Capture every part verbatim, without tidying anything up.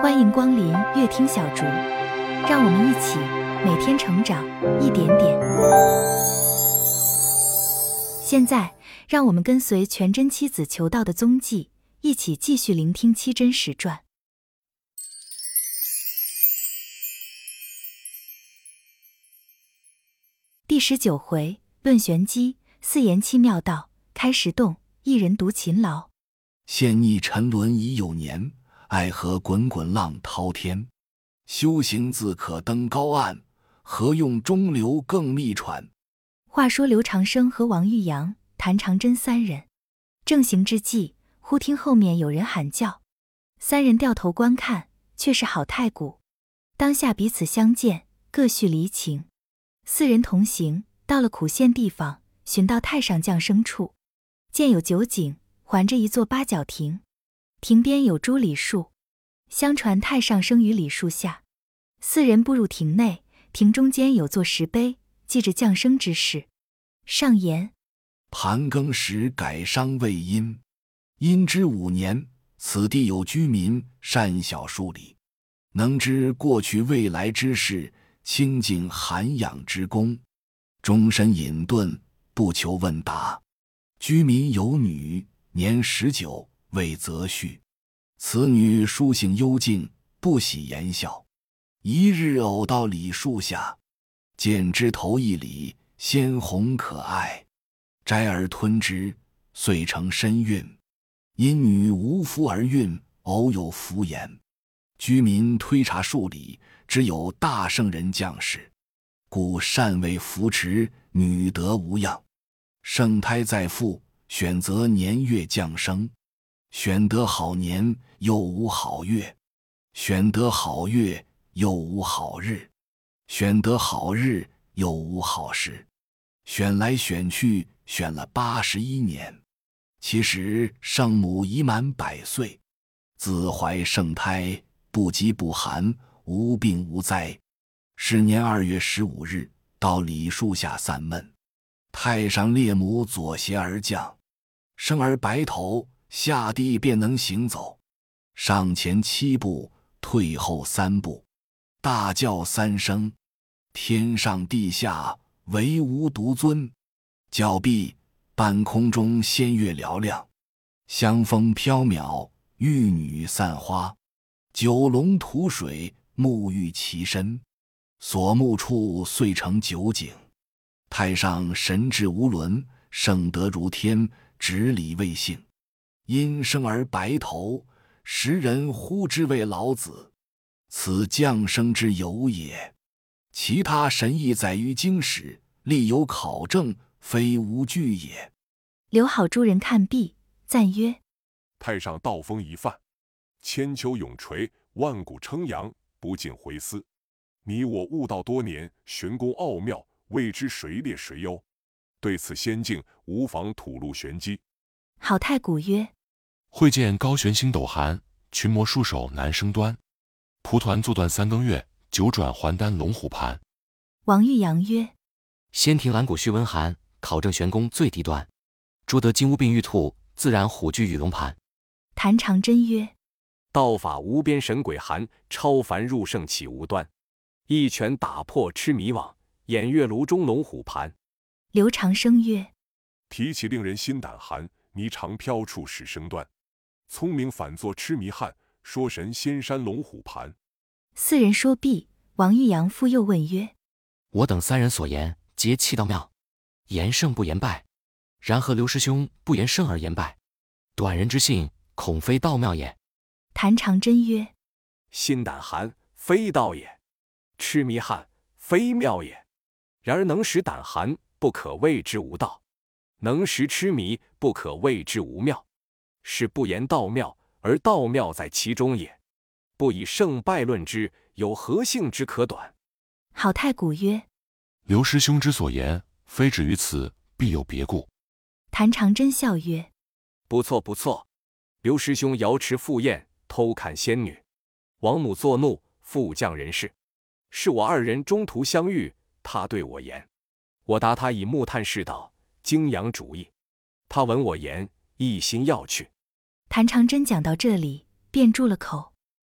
欢迎光临乐听小竹，让我们一起每天成长一点点。现在，让我们跟随全真七子求道的踪迹，一起继续聆听七真实传。第十九回，论玄机，四言七妙道，开石洞，一人独勤劳。 现逆沉沦已有年，爱河滚滚浪滔天。修行自可登高岸，何用中流更密船。 话说刘长生和王玉阳、谭长真三人正行之际，忽听后面有人喊叫，三人掉头观看，却是郝太古。当下彼此相见，各叙离情。四人同行，到了苦县地方，寻到太上降生处，见有酒井，环着一座八角亭，亭边有株李树，相传太上生于李树下。四人步入亭内，亭中间有座石碑，记着降生之事。上言： 盘庚时改商未殷，殷之五年，此地有居民善晓数理，能知过去未来之事，清净涵养之功，终身隐遁，不求问答。居民有女，年十九，未择婿。此女书性幽静，不喜言笑。一日偶到李树下，见枝头一李，鲜红可爱，摘而吞之，遂成身孕。因女无夫而孕，偶有福言。居民推查数理，只有大圣人降世，故善为扶持，女得无恙。圣胎在腹，选择年月降生，选得好年，又无好月；选得好月，又无好日；选得好日，又无好时。选来选去，选了八十一年。其实圣母已满百岁，自怀圣胎，不饥不寒，无病无灾。是年二月十五日，到李树下散闷。太上列母左胁而降，生儿白头，下地便能行走。上前七步，退后三步，大叫三声，天上地下唯吾独尊。叫毕，半空中仙乐嘹亮，香风飘渺，玉女散花，九龙吐水，沐浴其身，所目处遂成酒井。太上神智无伦，圣德如天，直理未幸。因生而白头，时人呼之为老子，此降生之由也。其他神异载于经史，历有考证，非无据也。 刘好诸人看毕，赞曰： 太上道风一范，千秋永垂，万古称扬，不尽回思。你我悟道多年，玄功奥妙，未知谁劣谁优，对此仙境，无妨吐露玄机。 郝太古曰： 会见高悬星斗寒，群魔束手难生端。蒲团坐断三更月，九转还丹龙虎盘。 王玉阳曰： 先庭蓝谷虚温寒，考证玄功最低端。捉得金乌并玉兔，自然虎踞与龙盘。 谭长真曰： 道法无边神鬼寒，超凡入圣岂无端。一拳打破痴迷网，偃月炉中龙虎盘。 刘长生曰： 提起令人心胆寒，霓裳飘处始生端。聪明反作痴迷汉，说神仙山龙虎盘。 四人说毕，王玉阳复又问曰： 我等三人所言，皆气道妙，言胜不言败。然何刘师兄不言胜而言败？短人之性，恐非道妙也。 谭长真曰： 心胆寒，非道也；痴迷汉，非妙也。然而能使胆寒，不可谓之无道；能使痴迷，不可谓之无妙。是不言道妙，而道妙在其中也。不以胜败论之，有何性之可短？ 郝太古曰： 刘师兄之所言，非止于此，必有别故。 谭长真笑曰： 不错不错，刘师兄瑶池赴宴，偷看仙女，王母作怒，复降人世。是我二人中途相遇，他对我言，我答他以木炭示道，精阳主义。他闻我言，一心要去。 谭长真讲到这里，便住了口。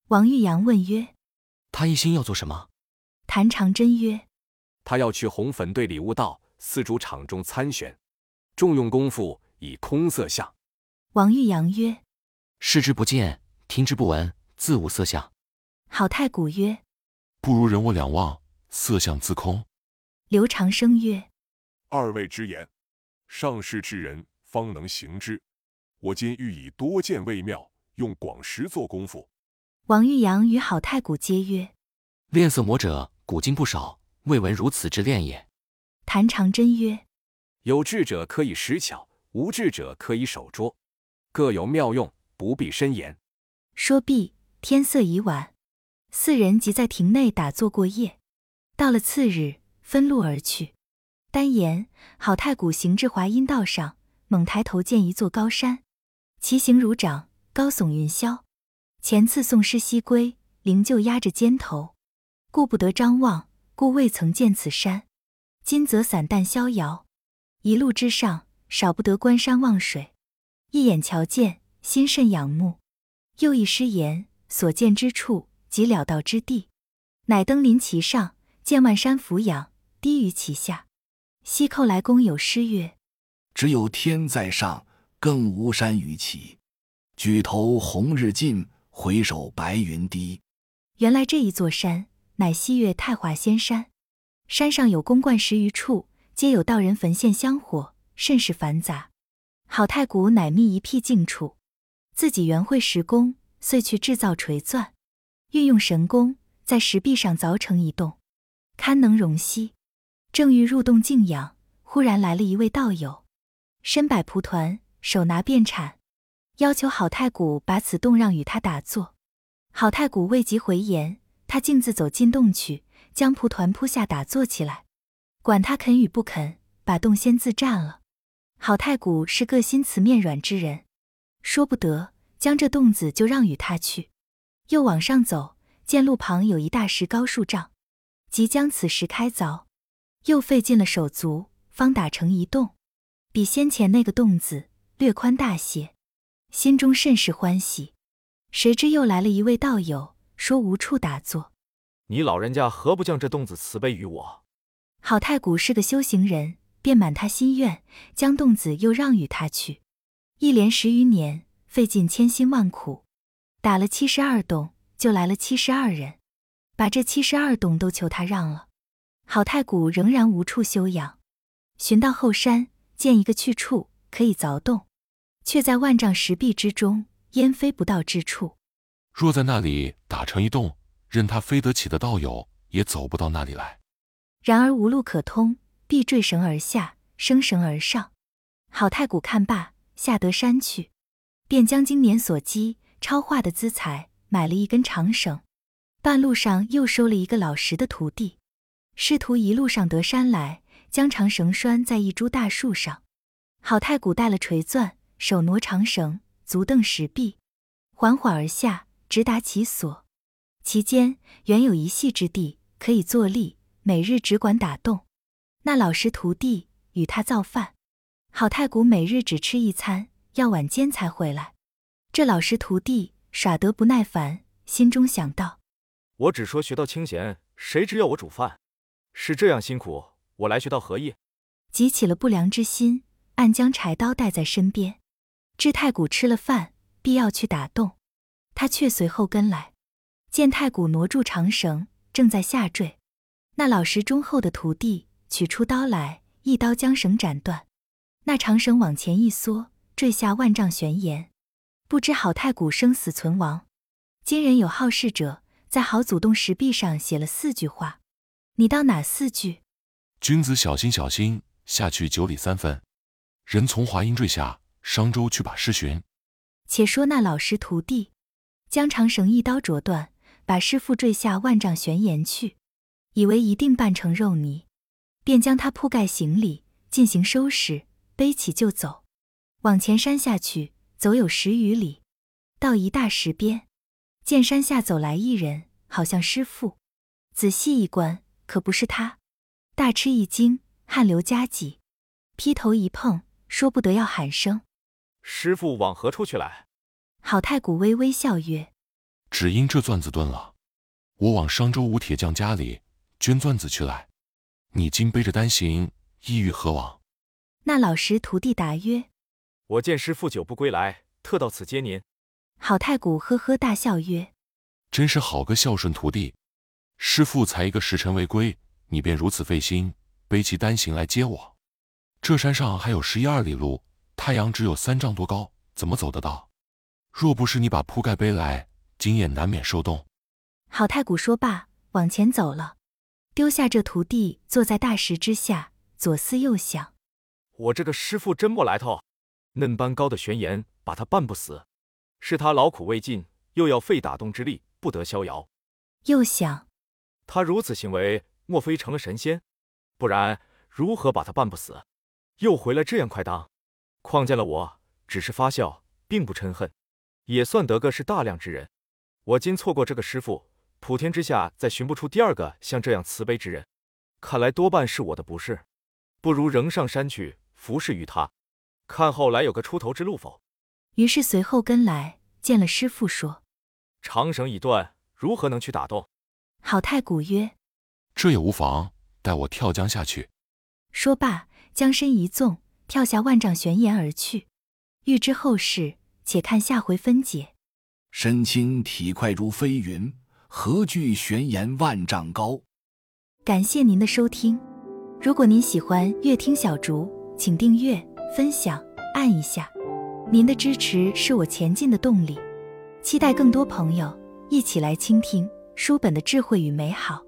王玉阳问曰： 他一心要做什么？ 谭长真曰： 他要去红粉队礼物道四主场中参选，重用功夫以空色相。 王玉阳曰： 视之不见，听之不闻，自无色相。 郝太古曰： 不如人我两忘，色相自空。 刘长生曰： 二位之言，上士之人方能行之。我今欲以多见为妙，用广识做功夫。 王玉阳与郝太古皆曰： 练色魔者古今不少，未闻如此之练也。 谭长真曰： 有智者可以识巧，无智者可以手捉，各有妙用，不必深言。 说毕，天色已晚，四人即在亭内打坐过夜。到了次日，分路而去。单言郝太古行至华阴道上，猛抬头见一座高山，其形如掌，高耸云霄。前次宋师西归，灵柩压着肩头，顾不得张望，故未曾见此山。今则散淡逍遥，一路之上，少不得观山望水，一眼瞧见，心甚仰慕。又一诗言，所见之处，即了道之地。乃登临其上，见万山俯仰，低于其下。西寇来公有诗曰： 只有天在上，更无山与起。举头红日近，回首白云低。 原来这一座山，乃西岳太华仙山。山上有宫观十余处，皆有道人焚献香火，甚是繁杂。郝太古乃觅一僻静处，自己原会石工，遂去制造锤钻，运用神功，在石壁上凿成一洞，堪能容膝。正欲入洞静养，忽然来了一位道友，身摆蒲团，手拿便铲，要求郝太古把此洞让与他打坐。郝太古未及回言，他径自走进洞去，将蒲团铺下打坐起来。管他肯与不肯，把洞先自占了。郝太古是个心慈面软之人，说不得，将这洞子就让与他去。又往上走，见路旁有一大石高数丈，即将此石开凿，又费尽了手足，方打成一洞，比先前那个洞子略宽大些，心中甚是欢喜。谁知又来了一位道友，说无处打坐。 你老人家何不将这洞子慈悲于我？ 郝太古是个修行人，便满他心愿，将洞子又让与他去。一连十余年，费尽千辛万苦，打了七十二洞，就来了七十二人，把这七十二洞都求他让了。郝太古仍然无处休养，寻到后山，见一个去处可以凿洞，却在万丈石壁之中，烟飞不到之处。 若在那里打成一洞，任他飞得起的道友也走不到那里来。 然而无路可通，必坠绳而下，升绳而上。郝太古看罢，下得山去，便将今年所积超化的资财买了一根长绳，半路上又收了一个老实的徒弟，师徒一路上得山来，将长绳拴在一株大树上。郝太古带了锤钻，手挪长绳，足蹬石壁，缓缓而下，直达其所。其间原有一隙之地，可以坐立，每日只管打洞。那老实徒弟与他造饭，郝太古每日只吃一餐，要晚间才回来。这老实徒弟耍得不耐烦，心中想到： 我只说学到清闲，谁知要我煮饭？是这样辛苦，我来学到何意？ 急起了不良之心，暗将柴刀带在身边。至太古吃了饭，必要去打洞，他却随后跟来。见太古挪住长绳，正在下坠，那老实忠厚的徒弟取出刀来，一刀将绳斩断。那长绳往前一缩，坠下万丈悬崖。不知郝太古生死存亡。今人有好事者，在郝祖洞石壁上写了四句话，你道哪四句？ 君子小心小心，下去九里三分。人从华阴坠下，商周去把诗寻。 且说那老实徒弟，将长绳一刀啄断，把师傅坠下万丈悬崖去，以为一定拌成肉泥，便将他铺盖行李，进行收拾，背起就走。往前山下去，走有十余里，到一大石边，见山下走来一人，好像师傅。仔细一观，可不是他，大吃一惊，汗流浃脊，劈头一碰，说不得要喊声： 师傅往何处去来？ 郝太古微微笑曰： 只因这钻子钝了，我往商州吴铁匠家里捐钻子去来。你今背着单行，意欲何往？” 那老实徒弟答曰：“ 我见师父久不归来，特到此接您。” 好太古呵呵大笑曰：“ 真是好个孝顺徒弟！师父才一个时辰未归，你便如此费心，背起单行来接我。这山上还有十一二里路，太阳只有三丈多高，怎么走得到？若不是你把铺盖背来，今夜难免受冻。” 好太古说罢，往前走了，丢下这徒弟坐在大石之下，左思右想： 我这个师父真没来头，嫩般高的悬岩把他绊不死，是他劳苦未尽，又要费打动之力，不得逍遥。 又想， 他如此行为，莫非成了神仙？不然如何把他绊不死？又回来这样快当，况见了我，只是发笑，并不嗔恨，也算得个是大量之人。我今错过这个师父，普天之下再寻不出第二个像这样慈悲之人，看来多半是我的不是，不如仍上山去服侍于他，看后来有个出头之路否？ 于是随后跟来，见了师父，说：“ 长绳已断，如何能去打洞？” 好太古曰：“ 这也无妨，待我跳江下去。” 说罢，将身一纵，跳下万丈悬岩而去。欲知后事，且看下回分解。 身轻体快如飞云，何惧悬岩万丈高。 感谢您的收听，如果您喜欢乐听小竹，请订阅、分享、按一下，您的支持是我前进的动力。期待更多朋友一起来倾听书本的智慧与美好。